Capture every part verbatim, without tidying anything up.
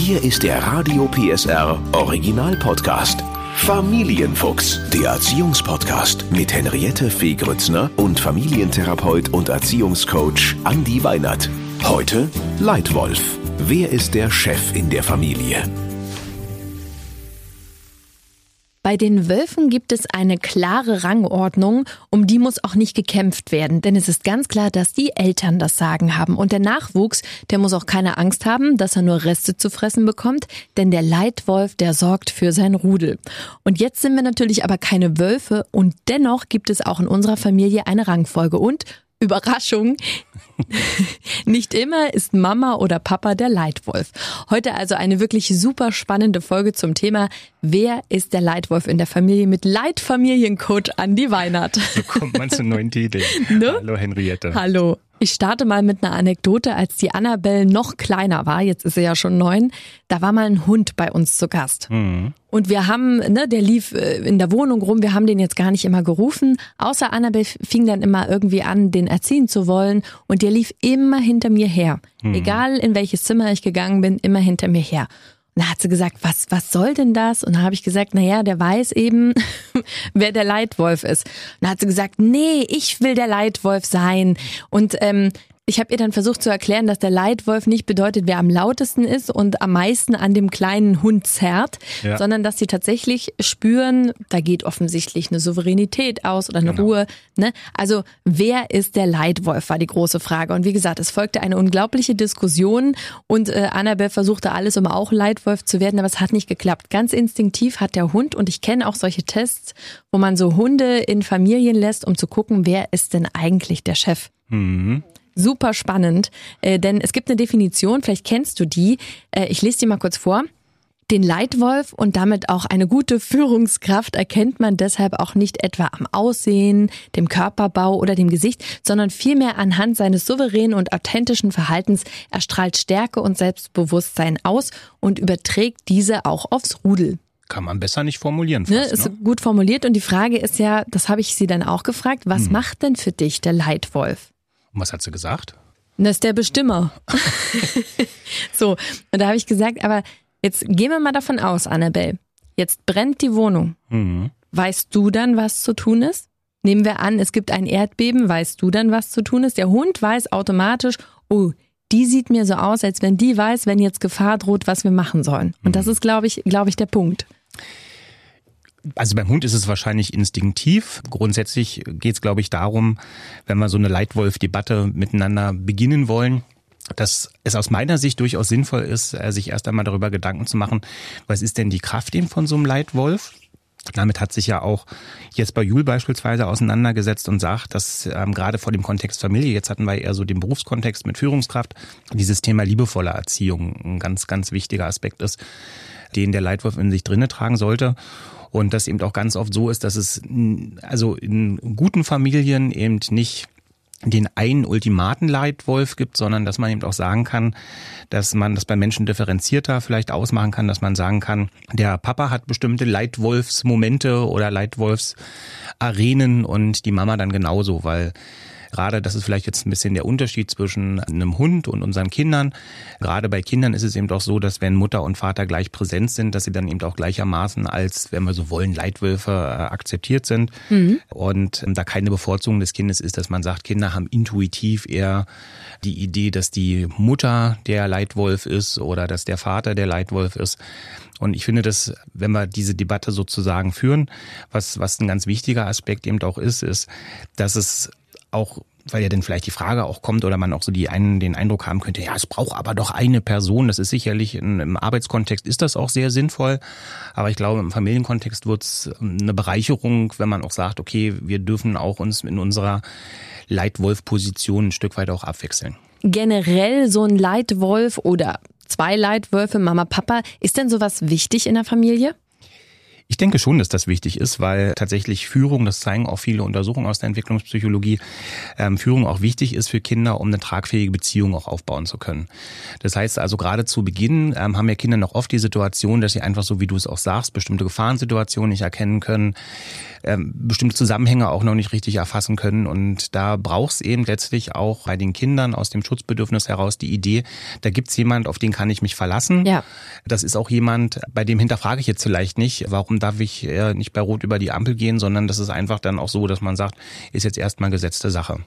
Hier ist der Radio P S R Original Podcast. Familienfuchs, der Erziehungspodcast mit Henriette Fee Grützner und Familientherapeut und Erziehungscoach Andi Weinert. Heute Leitwolf. Wer ist der Chef in der Familie? Bei den Wölfen gibt es eine klare Rangordnung, um die muss auch nicht gekämpft werden. Denn es ist ganz klar, dass die Eltern das Sagen haben. Und der Nachwuchs, der muss auch keine Angst haben, dass er nur Reste zu fressen bekommt. Denn der Leitwolf, der sorgt für sein Rudel. Und jetzt sind wir natürlich aber keine Wölfe. Und dennoch gibt es auch in unserer Familie eine Rangfolge. Und Überraschung, nicht immer ist Mama oder Papa der Leitwolf. Heute also eine wirklich super spannende Folge zum Thema, wer ist der Leitwolf in der Familie mit Leitfamiliencoach Andi Weinert. So kommt man zu neuen Titeln. Ne? Hallo Henriette. Hallo. Ich starte mal mit einer Anekdote, als die Annabelle noch kleiner war, jetzt ist sie ja schon neun, da war mal ein Hund bei uns zu Gast. Mhm. Und wir haben, ne, der lief in der Wohnung rum, wir haben den jetzt gar nicht immer gerufen, außer Annabelle fing dann immer irgendwie an, den erziehen zu wollen und der lief immer hinter mir her. Mhm. Egal in welches Zimmer ich gegangen bin, immer hinter mir her. Und da hat sie gesagt, was, was soll denn das? Und da habe ich gesagt, na ja, der weiß eben, wer der Leitwolf ist. Und da hat sie gesagt, nee, ich will der Leitwolf sein. Und ähm, ich habe ihr dann versucht zu erklären, dass der Leitwolf nicht bedeutet, wer am lautesten ist und am meisten an dem kleinen Hund zerrt, ja. Sondern dass sie tatsächlich spüren, da geht offensichtlich eine Souveränität aus oder eine genau. Ruhe. Ne? Also wer ist der Leitwolf, war die große Frage. Und wie gesagt, es folgte eine unglaubliche Diskussion und äh, Annabelle versuchte alles, um auch Leitwolf zu werden, aber es hat nicht geklappt. Ganz instinktiv hat der Hund, und ich kenne auch solche Tests, wo man so Hunde in Familien lässt, um zu gucken, wer ist denn eigentlich der Chef. Mhm. Super spannend, äh, denn es gibt eine Definition, vielleicht kennst du die, äh, ich lese die mal kurz vor. Den Leitwolf und damit auch eine gute Führungskraft erkennt man deshalb auch nicht etwa am Aussehen, dem Körperbau oder dem Gesicht, sondern vielmehr anhand seines souveränen und authentischen Verhaltens. Er strahlt Stärke und Selbstbewusstsein aus und überträgt diese auch aufs Rudel. Kann man besser nicht formulieren. Fast, ne, ist ne? Gut formuliert und die Frage ist ja, das habe ich sie dann auch gefragt, was hm. macht denn für dich der Leitwolf? Und was hat sie gesagt? Das ist der Bestimmer. So, und da habe ich gesagt, aber jetzt gehen wir mal davon aus, Annabelle, jetzt brennt die Wohnung. Mhm. Weißt du dann, was zu tun ist? Nehmen wir an, es gibt ein Erdbeben, weißt du dann, was zu tun ist? Der Hund weiß automatisch, oh, die sieht mir so aus, als wenn die weiß, wenn jetzt Gefahr droht, was wir machen sollen. Und das ist, glaube ich, glaube ich, der Punkt. Also beim Hund ist es wahrscheinlich instinktiv. Grundsätzlich geht es, glaube ich, darum, wenn wir so eine Leitwolf-Debatte miteinander beginnen wollen, dass es aus meiner Sicht durchaus sinnvoll ist, sich erst einmal darüber Gedanken zu machen, was ist denn die Kraft eben von so einem Leitwolf? Damit hat sich ja auch Jesper Juhl beispielsweise auseinandergesetzt und sagt, dass ähm, gerade vor dem Kontext Familie, jetzt hatten wir eher so den Berufskontext mit Führungskraft, dieses Thema liebevolle Erziehung ein ganz, ganz wichtiger Aspekt ist, den der Leitwolf in sich drinne tragen sollte. Und das eben auch ganz oft so ist, dass es also in guten Familien eben nicht den einen ultimaten Leitwolf gibt, sondern dass man eben auch sagen kann, dass man das bei Menschen differenzierter vielleicht ausmachen kann, dass man sagen kann, der Papa hat bestimmte Leitwolfsmomente oder Leitwolfsarenen und die Mama dann genauso, weil gerade, das ist vielleicht jetzt ein bisschen der Unterschied zwischen einem Hund und unseren Kindern. Gerade bei Kindern ist es eben auch so, dass wenn Mutter und Vater gleich präsent sind, dass sie dann eben auch gleichermaßen als, wenn wir so wollen, Leitwölfe akzeptiert sind. Mhm. Und da keine Bevorzugung des Kindes ist, dass man sagt, Kinder haben intuitiv eher die Idee, dass die Mutter der Leitwolf ist oder dass der Vater der Leitwolf ist. Und ich finde, dass, wenn wir diese Debatte sozusagen führen, was, was ein ganz wichtiger Aspekt eben auch ist, ist, dass es auch, weil ja dann vielleicht die Frage auch kommt oder man auch so die einen, den Eindruck haben könnte, ja, es braucht aber doch eine Person. Das ist sicherlich in, im Arbeitskontext ist das auch sehr sinnvoll. Aber ich glaube, im Familienkontext wird es eine Bereicherung, wenn man auch sagt, okay, wir dürfen auch uns in unserer Leitwolf-Position ein Stück weit auch abwechseln. Generell so ein Leitwolf oder zwei Leitwölfe, Mama, Papa, ist denn sowas wichtig in der Familie? Ich denke schon, dass das wichtig ist, weil tatsächlich Führung, das zeigen auch viele Untersuchungen aus der Entwicklungspsychologie, ähm, Führung auch wichtig ist für Kinder, um eine tragfähige Beziehung auch aufbauen zu können. Das heißt also, gerade zu Beginn ähm, haben ja Kinder noch oft die Situation, dass sie einfach so, wie du es auch sagst, bestimmte Gefahrensituationen nicht erkennen können, ähm, bestimmte Zusammenhänge auch noch nicht richtig erfassen können. Und da braucht es eben letztlich auch bei den Kindern aus dem Schutzbedürfnis heraus die Idee, da gibt es jemand, auf den kann ich mich verlassen. Ja. Das ist auch jemand, bei dem hinterfrage ich jetzt vielleicht nicht, warum darf ich äh, nicht bei Rot über die Ampel gehen, sondern das ist einfach dann auch so, dass man sagt, ist jetzt erstmal gesetzte Sache.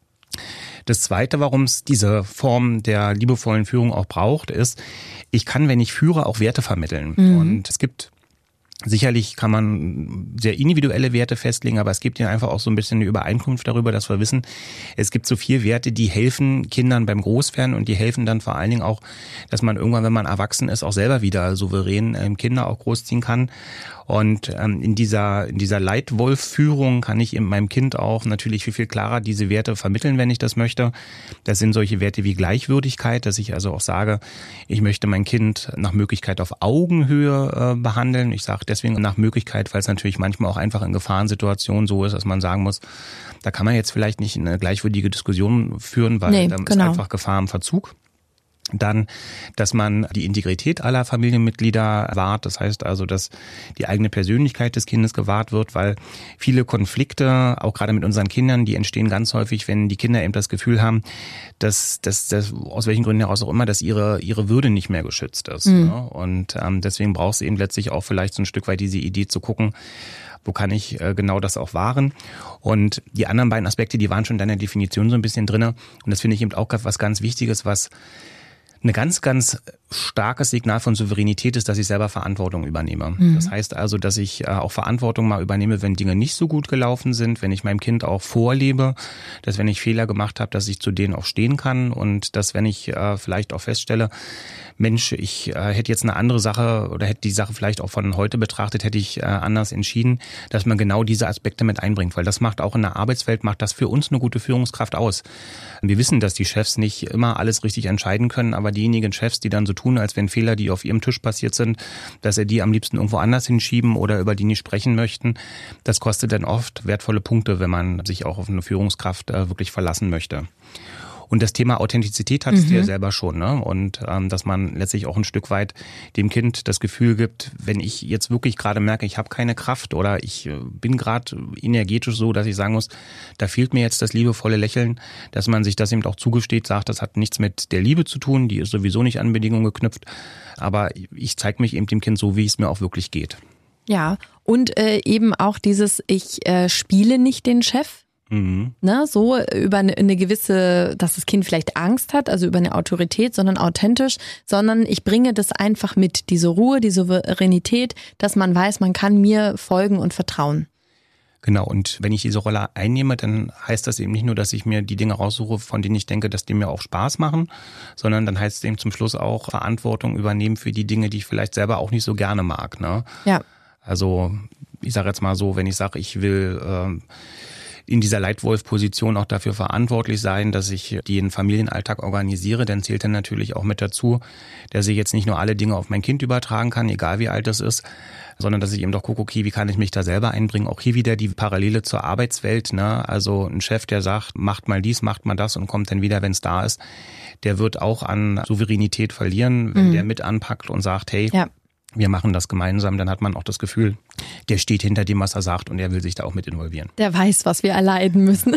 Das Zweite, warum es diese Form der liebevollen Führung auch braucht, ist, ich kann, wenn ich führe, auch Werte vermitteln. Mhm. Und es gibt sicherlich kann man sehr individuelle Werte festlegen, aber es gibt ja einfach auch so ein bisschen eine Übereinkunft darüber, dass wir wissen, es gibt so vier Werte, die helfen Kindern beim Großwerden und die helfen dann vor allen Dingen auch, dass man irgendwann, wenn man erwachsen ist, auch selber wieder souverän ähm, Kinder auch großziehen kann. Und ähm, in dieser in dieser Leitwolf-Führung kann ich eben meinem Kind auch natürlich viel, viel klarer diese Werte vermitteln, wenn ich das möchte. Das sind solche Werte wie Gleichwürdigkeit, dass ich also auch sage, ich möchte mein Kind nach Möglichkeit auf Augenhöhe äh, behandeln. Ich sage deswegen nach Möglichkeit, weil es natürlich manchmal auch einfach in Gefahrensituationen so ist, dass man sagen muss, da kann man jetzt vielleicht nicht eine gleichwürdige Diskussion führen, weil nee, da genau. ist einfach Gefahr im Verzug. Dann, dass man die Integrität aller Familienmitglieder wahrt. Das heißt also, dass die eigene Persönlichkeit des Kindes gewahrt wird, weil viele Konflikte, auch gerade mit unseren Kindern, die entstehen ganz häufig, wenn die Kinder eben das Gefühl haben, dass, dass, dass aus welchen Gründen heraus auch immer, dass ihre ihre Würde nicht mehr geschützt ist. Mhm. Ne? Und ähm, deswegen braucht es eben letztlich auch vielleicht so ein Stück weit diese Idee zu gucken, wo kann ich äh, genau das auch wahren. Und die anderen beiden Aspekte, die waren schon in deiner Definition so ein bisschen drinne. Und das finde ich eben auch was ganz Wichtiges, was eine ganz, ganz starkes Signal von Souveränität ist, dass ich selber Verantwortung übernehme. Mhm. Das heißt also, dass ich auch Verantwortung mal übernehme, wenn Dinge nicht so gut gelaufen sind, wenn ich meinem Kind auch vorlebe, dass wenn ich Fehler gemacht habe, dass ich zu denen auch stehen kann und dass wenn ich äh, vielleicht auch feststelle, Mensch, ich äh, hätte jetzt eine andere Sache oder hätte die Sache vielleicht auch von heute betrachtet, hätte ich äh, anders entschieden, dass man genau diese Aspekte mit einbringt, weil das macht auch in der Arbeitswelt, macht das für uns eine gute Führungskraft aus. Wir wissen, dass die Chefs nicht immer alles richtig entscheiden können, aber diejenigen Chefs, die dann so tun, als wenn Fehler, die auf ihrem Tisch passiert sind, dass er die am liebsten irgendwo anders hinschieben oder über die nicht sprechen möchten, das kostet dann oft wertvolle Punkte, wenn man sich auch auf eine Führungskraft äh, wirklich verlassen möchte. Und das Thema Authentizität hattest mhm. du ja selber schon, ne? Und ähm, dass man letztlich auch ein Stück weit dem Kind das Gefühl gibt, wenn ich jetzt wirklich gerade merke, ich habe keine Kraft oder ich äh, bin gerade energetisch so, dass ich sagen muss, da fehlt mir jetzt das liebevolle Lächeln, dass man sich das eben auch zugesteht, sagt, das hat nichts mit der Liebe zu tun, die ist sowieso nicht an Bedingungen geknüpft, aber ich zeige mich eben dem Kind so, wie es mir auch wirklich geht. Ja, und äh, eben auch dieses, ich äh, spiele nicht den Chef. Mhm. Ne, so über eine, eine gewisse, dass das Kind vielleicht Angst hat, also über eine Autorität, sondern authentisch, sondern ich bringe das einfach mit, diese Ruhe, die Souveränität, dass man weiß, man kann mir folgen und vertrauen. Genau, und wenn ich diese Rolle einnehme, dann heißt das eben nicht nur, dass ich mir die Dinge raussuche, von denen ich denke, dass die mir auch Spaß machen, sondern dann heißt es eben zum Schluss auch Verantwortung übernehmen für die Dinge, die ich vielleicht selber auch nicht so gerne mag. Ne? Ja. Also ich sage jetzt mal so, wenn ich sage, ich will äh, in dieser Leitwolf-Position auch dafür verantwortlich sein, dass ich den Familienalltag organisiere, dann zählt dann natürlich auch mit dazu, dass ich jetzt nicht nur alle Dinge auf mein Kind übertragen kann, egal wie alt es ist, sondern dass ich eben doch gucke, okay, wie kann ich mich da selber einbringen? Auch hier wieder die Parallele zur Arbeitswelt, ne? Also ein Chef, der sagt, macht mal dies, macht mal das und kommt dann wieder, wenn es da ist, der wird auch an Souveränität verlieren, wenn mhm. der mit anpackt und sagt, hey, ja. wir machen das gemeinsam, dann hat man auch das Gefühl, der steht hinter dem, was er sagt und er will sich da auch mit involvieren. Der weiß, was wir erleiden müssen.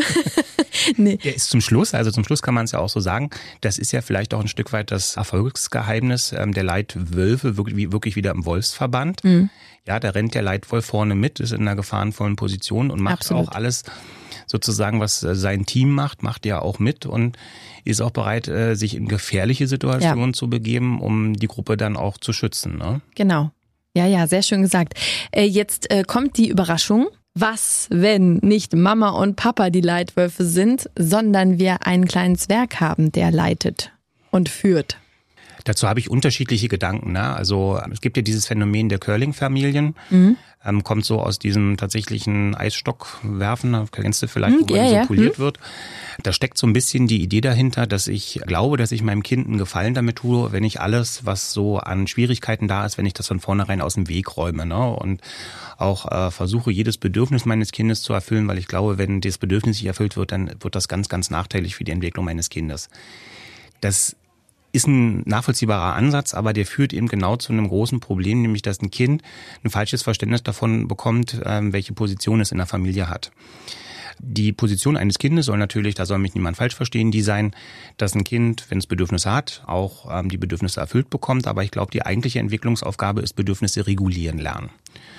nee. Der ist zum Schluss, also zum Schluss kann man es ja auch so sagen, das ist ja vielleicht auch ein Stück weit das Erfolgsgeheimnis ähm, der Leitwölfe, wirklich, wirklich wieder im Wolfsverband. Mhm. Ja, da rennt der Leitwolf vorne mit, ist in einer gefahrenvollen Position und macht Absolut. Auch alles sozusagen, was sein Team macht, macht er auch mit und ist auch bereit, sich in gefährliche Situationen ja. zu begeben, um die Gruppe dann auch zu schützen. Ne? Genau. Ja, ja, sehr schön gesagt. Jetzt kommt die Überraschung. Was, wenn nicht Mama und Papa die Leitwölfe sind, sondern wir einen kleinen Zwerg haben, der leitet und führt? Dazu habe ich unterschiedliche Gedanken. Ne? Also es gibt ja dieses Phänomen der Curling-Familien. Mhm. Ähm, kommt so aus diesem tatsächlichen Eisstockwerfen, kennst du vielleicht, mhm, wo man ja, so ja. poliert mhm. wird. Da steckt so ein bisschen die Idee dahinter, dass ich glaube, dass ich meinem Kind einen Gefallen damit tue, wenn ich alles, was so an Schwierigkeiten da ist, wenn ich das von vornherein aus dem Weg räume. Ne? Und auch äh, versuche, jedes Bedürfnis meines Kindes zu erfüllen, weil ich glaube, wenn das Bedürfnis nicht erfüllt wird, dann wird das ganz, ganz nachteilig für die Entwicklung meines Kindes. Das ist ein nachvollziehbarer Ansatz, aber der führt eben genau zu einem großen Problem, nämlich dass ein Kind ein falsches Verständnis davon bekommt, welche Position es in der Familie hat. Die Position eines Kindes soll natürlich, da soll mich niemand falsch verstehen, die sein, dass ein Kind, wenn es Bedürfnisse hat, auch ähm, die Bedürfnisse erfüllt bekommt. Aber ich glaube, die eigentliche Entwicklungsaufgabe ist Bedürfnisse regulieren lernen.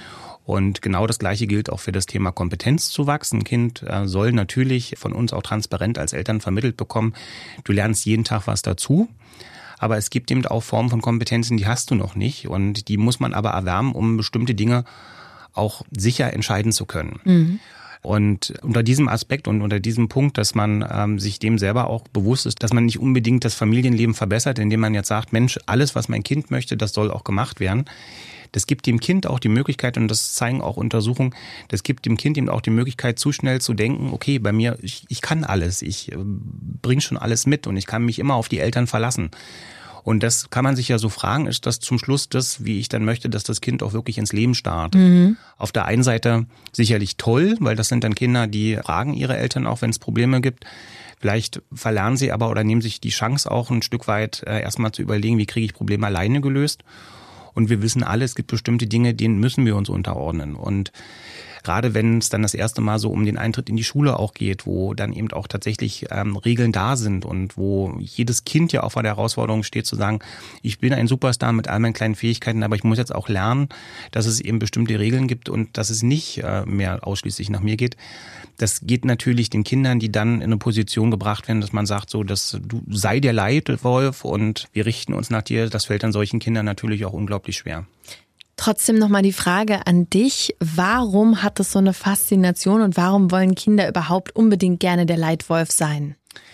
Und genau das Gleiche gilt auch für das Thema Kompetenzzuwachs. Ein Kind äh, soll natürlich von uns auch transparent als Eltern vermittelt bekommen, du lernst jeden Tag was dazu. Aber es gibt eben auch Formen von Kompetenzen, die hast du noch nicht. Und die muss man aber erwerben, um bestimmte Dinge auch sicher entscheiden zu können. Mhm. Und unter diesem Aspekt und unter diesem Punkt, dass man ähm, sich dem selber auch bewusst ist, dass man nicht unbedingt das Familienleben verbessert, indem man jetzt sagt, Mensch, alles, was mein Kind möchte, das soll auch gemacht werden. Das gibt dem Kind auch die Möglichkeit, und das zeigen auch Untersuchungen, das gibt dem Kind eben auch die Möglichkeit, zu schnell zu denken, okay, bei mir, ich, ich kann alles, ich äh, bringe schon alles mit und ich kann mich immer auf die Eltern verlassen. Und das kann man sich ja so fragen, ist das zum Schluss das, wie ich dann möchte, dass das Kind auch wirklich ins Leben startet? Mhm. Auf der einen Seite sicherlich toll, weil das sind dann Kinder, die fragen ihre Eltern auch, wenn es Probleme gibt. Vielleicht verlernen sie aber oder nehmen sich die Chance auch ein Stück weit äh, erstmal zu überlegen, wie kriege ich Probleme alleine gelöst. Und wir wissen alle, es gibt bestimmte Dinge, denen müssen wir uns unterordnen. Und gerade wenn es dann das erste Mal so um den Eintritt in die Schule auch geht, wo dann eben auch tatsächlich ähm, Regeln da sind und wo jedes Kind ja auch vor der Herausforderung steht zu sagen, ich bin ein Superstar mit all meinen kleinen Fähigkeiten, aber ich muss jetzt auch lernen, dass es eben bestimmte Regeln gibt und dass es nicht äh, mehr ausschließlich nach mir geht. Das geht natürlich den Kindern, die dann in eine Position gebracht werden, dass man sagt, so, dass du sei der Leitwolf und wir richten uns nach dir. Das fällt dann solchen Kindern natürlich auch unglaublich schwer. Trotzdem nochmal die Frage an dich, warum hat es so eine Faszination und warum wollen Kinder überhaupt unbedingt gerne der Leitwolf sein?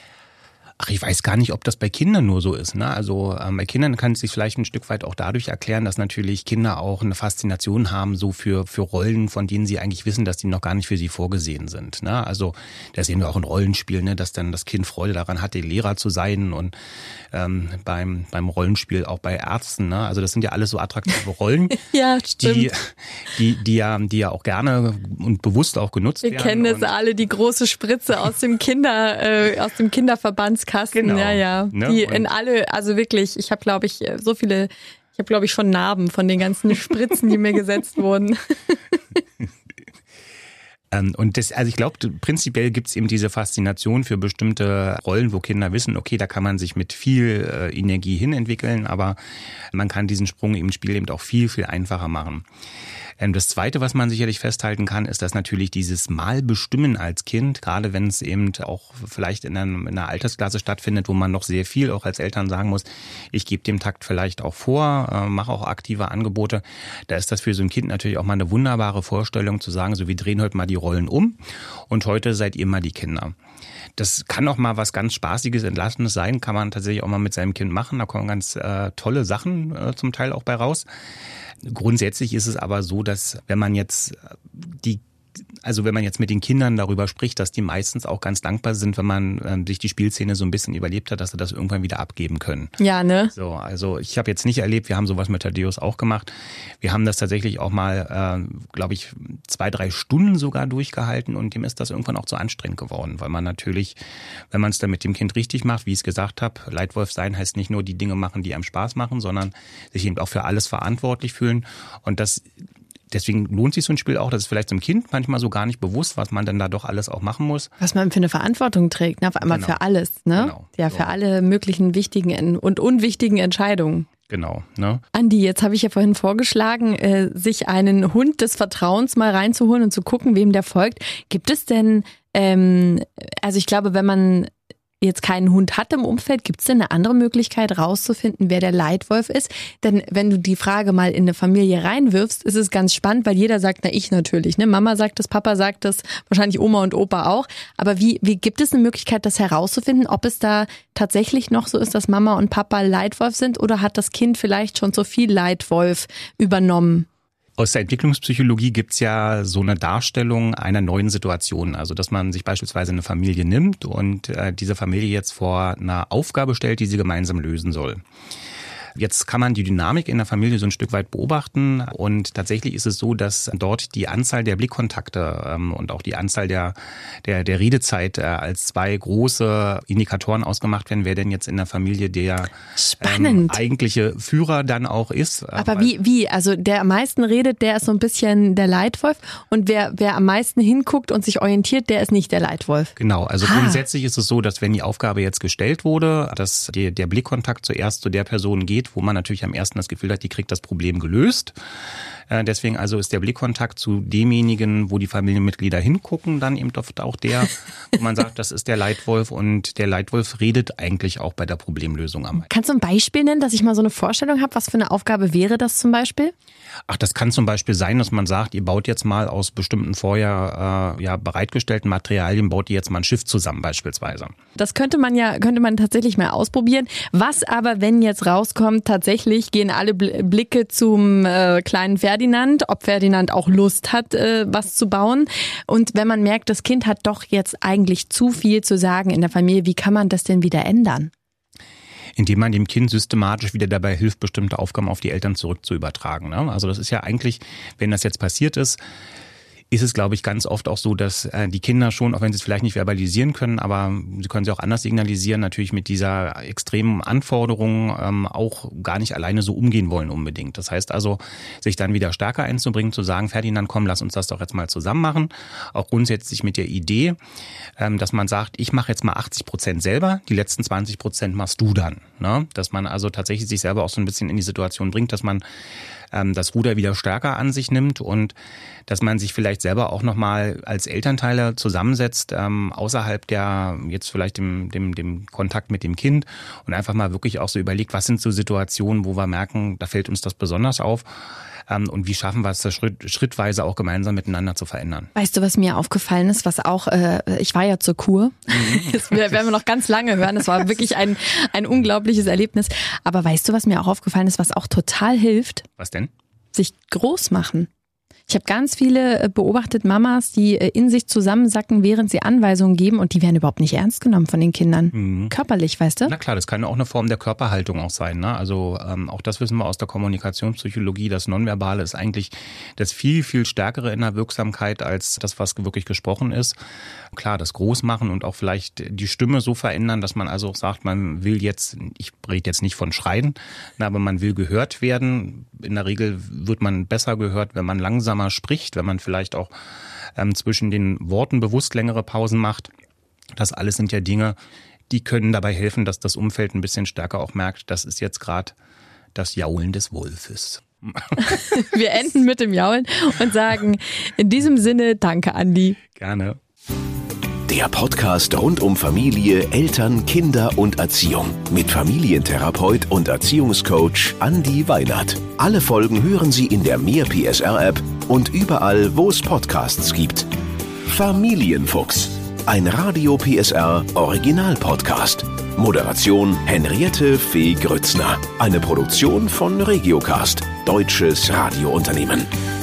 Ach, ich weiß gar nicht, ob das bei Kindern nur so ist. Ne? Also ähm, bei Kindern kann es sich vielleicht ein Stück weit auch dadurch erklären, dass natürlich Kinder auch eine Faszination haben so für für Rollen, von denen sie eigentlich wissen, dass die noch gar nicht für sie vorgesehen sind. Ne? Also da sehen wir auch in Rollenspielen, ne, dass dann das Kind Freude daran hat, der Lehrer zu sein und ähm, beim beim Rollenspiel auch bei Ärzten. Ne? Also das sind ja alles so attraktive Rollen, ja, stimmt. die die die ja die ja auch gerne und bewusst auch genutzt wir werden. Wir kennen es alle, die große Spritze aus dem Kinder äh, aus dem Kinderverbandskasten. Genau. Ja, ja. Ne? Die in alle, also wirklich, ich habe, glaube ich, so viele, ich habe, glaube ich, schon Narben von den ganzen Spritzen, die mir gesetzt wurden. Und das, also ich glaube, prinzipiell gibt es eben diese Faszination für bestimmte Rollen, wo Kinder wissen, okay, da kann man sich mit viel äh, Energie hinentwickeln, aber man kann diesen Sprung im Spiel eben auch viel, viel einfacher machen. Das Zweite, was man sicherlich festhalten kann, ist, dass natürlich dieses Malbestimmen als Kind, gerade wenn es eben auch vielleicht in einer, in einer Altersklasse stattfindet, wo man noch sehr viel auch als Eltern sagen muss, ich gebe dem Takt vielleicht auch vor, äh, mache auch aktive Angebote, da ist das für so ein Kind natürlich auch mal eine wunderbare Vorstellung zu sagen, so wir drehen heute mal die Rollen um und heute seid ihr mal die Kinder. Das kann auch mal was ganz Spaßiges, Entlassendes sein, kann man tatsächlich auch mal mit seinem Kind machen, da kommen ganz äh, tolle Sachen äh, zum Teil auch bei raus. Grundsätzlich ist es aber so, dass wenn man jetzt die Also wenn man jetzt mit den Kindern darüber spricht, dass die meistens auch ganz dankbar sind, wenn man ähm, sich die Spielszene so ein bisschen überlebt hat, dass sie das irgendwann wieder abgeben können. Ja, ne? So, also ich habe jetzt nicht erlebt, wir haben sowas mit Thaddeus auch gemacht. Wir haben das tatsächlich auch mal, äh, glaube ich, zwei, drei Stunden sogar durchgehalten und dem ist das irgendwann auch zu anstrengend geworden, weil man natürlich, wenn man es dann mit dem Kind richtig macht, wie ich es gesagt habe, Leitwolf sein heißt nicht nur die Dinge machen, die einem Spaß machen, sondern sich eben auch für alles verantwortlich fühlen und das Deswegen lohnt sich so ein Spiel auch, das ist vielleicht dem Kind manchmal so gar nicht bewusst, was man dann da doch alles auch machen muss. Was man für eine Verantwortung trägt, ne? Auf einmal genau. Für alles, ne? Genau. Ja, für so. Alle möglichen wichtigen und unwichtigen Entscheidungen. Genau. Ne? Andi, jetzt habe ich ja vorhin vorgeschlagen, äh, sich einen Hund des Vertrauens mal reinzuholen und zu gucken, wem der folgt. Gibt es denn, ähm, also ich glaube, wenn man jetzt keinen Hund hat im Umfeld, gibt es denn eine andere Möglichkeit rauszufinden, wer der Leitwolf ist? Denn wenn du die Frage mal in eine Familie reinwirfst, ist es ganz spannend, weil jeder sagt, na ich natürlich, ne? Mama sagt es, Papa sagt es, wahrscheinlich Oma und Opa auch. Aber wie, wie gibt es eine Möglichkeit, das herauszufinden, ob es da tatsächlich noch so ist, dass Mama und Papa Leitwolf sind, oder hat das Kind vielleicht schon so viel Leitwolf übernommen? Aus der Entwicklungspsychologie gibt's ja so eine Darstellung einer neuen Situation. Also dass man sich beispielsweise eine Familie nimmt und äh, diese Familie jetzt vor einer Aufgabe stellt, die sie gemeinsam lösen soll. Jetzt kann man die Dynamik in der Familie so ein Stück weit beobachten und tatsächlich ist es so, dass dort die Anzahl der Blickkontakte ähm, und auch die Anzahl der der, der Redezeit äh, als zwei große Indikatoren ausgemacht werden, wer denn jetzt in der Familie der ähm, eigentliche Führer dann auch ist. Aber wie, wie? Also der am meisten redet, der ist so ein bisschen der Leitwolf und wer, wer am meisten hinguckt und sich orientiert, der ist nicht der Leitwolf. Genau, also ha. grundsätzlich ist es so, dass wenn die Aufgabe jetzt gestellt wurde, dass die, der Blickkontakt zuerst zu der Person geht, wo man natürlich am ersten das Gefühl hat, die kriegt das Problem gelöst. Deswegen also ist der Blickkontakt zu demjenigen, wo die Familienmitglieder hingucken, dann eben oft auch der, wo man sagt, das ist der Leitwolf und der Leitwolf redet eigentlich auch bei der Problemlösung am meisten. Kannst du ein Beispiel nennen, dass ich mal so eine Vorstellung habe, was für eine Aufgabe wäre das zum Beispiel? Ach, das kann zum Beispiel sein, dass man sagt, ihr baut jetzt mal aus bestimmten vorher äh, ja bereitgestellten Materialien, baut ihr jetzt mal ein Schiff zusammen beispielsweise. Das könnte man ja, könnte man tatsächlich mal ausprobieren. Was aber, wenn jetzt rauskommt, tatsächlich gehen alle Blicke zum äh, kleinen Ferdinand, ob Ferdinand auch Lust hat, äh, was zu bauen. Und wenn man merkt, das Kind hat doch jetzt eigentlich zu viel zu sagen in der Familie, wie kann man das denn wieder ändern? Indem man dem Kind systematisch wieder dabei hilft, bestimmte Aufgaben auf die Eltern zurück zu übertragen. Also das ist ja eigentlich, wenn das jetzt passiert ist, ist es, glaube ich, ganz oft auch so, dass die Kinder schon, auch wenn sie es vielleicht nicht verbalisieren können, aber sie können sie auch anders signalisieren, natürlich mit dieser extremen Anforderung ähm, auch gar nicht alleine so umgehen wollen unbedingt. Das heißt also, sich dann wieder stärker einzubringen, zu sagen, Ferdinand, komm, lass uns das doch jetzt mal zusammen machen. Auch grundsätzlich mit der Idee, ähm, dass man sagt, ich mache jetzt mal achtzig Prozent selber, die letzten zwanzig Prozent machst du dann. Ne? Dass man also tatsächlich sich selber auch so ein bisschen in die Situation bringt, dass man ähm, das Ruder wieder stärker an sich nimmt und dass man sich vielleicht selber auch nochmal als Elternteile zusammensetzt, ähm, außerhalb der, jetzt vielleicht dem, dem, dem Kontakt mit dem Kind und einfach mal wirklich auch so überlegt, was sind so Situationen, wo wir merken, da fällt uns das besonders auf. Ähm, und wie schaffen wir es, das Schritt, schrittweise auch gemeinsam miteinander zu verändern. Weißt du, was mir aufgefallen ist, was auch, äh, ich war ja zur Kur, mhm. das werden wir noch ganz lange hören, das war wirklich ein, ein unglaubliches Erlebnis. Aber weißt du, was mir auch aufgefallen ist, was auch total hilft? Was denn? Sich groß machen. Ich habe ganz viele beobachtet Mamas, die in sich zusammensacken, während sie Anweisungen geben und die werden überhaupt nicht ernst genommen von den Kindern. Mhm. Körperlich, weißt du? Na klar, das kann auch eine Form der Körperhaltung auch sein. Ne? Also ähm, auch das wissen wir aus der Kommunikationspsychologie. Das Nonverbale ist eigentlich das viel, viel stärkere in der Wirksamkeit als das, was wirklich gesprochen ist. Klar, das Großmachen und auch vielleicht die Stimme so verändern, dass man also auch sagt, man will jetzt, ich rede jetzt nicht von Schreien, aber man will gehört werden. In der Regel wird man besser gehört, wenn man langsamer spricht, wenn man vielleicht auch ähm, zwischen den Worten bewusst längere Pausen macht. Das alles sind ja Dinge, die können dabei helfen, dass das Umfeld ein bisschen stärker auch merkt, das ist jetzt gerade das Jaulen des Wolfes. Wir enden mit dem Jaulen und sagen in diesem Sinne, danke Andi. Gerne. Der Podcast rund um Familie, Eltern, Kinder und Erziehung mit Familientherapeut und Erziehungscoach Andi Weinert. Alle Folgen hören Sie in der Mehr P S R App und überall, wo es Podcasts gibt. Familienfuchs, ein Radio P S R Original Podcast. Moderation Henriette Fee Grützner. Eine Produktion von Regiocast, deutsches Radiounternehmen.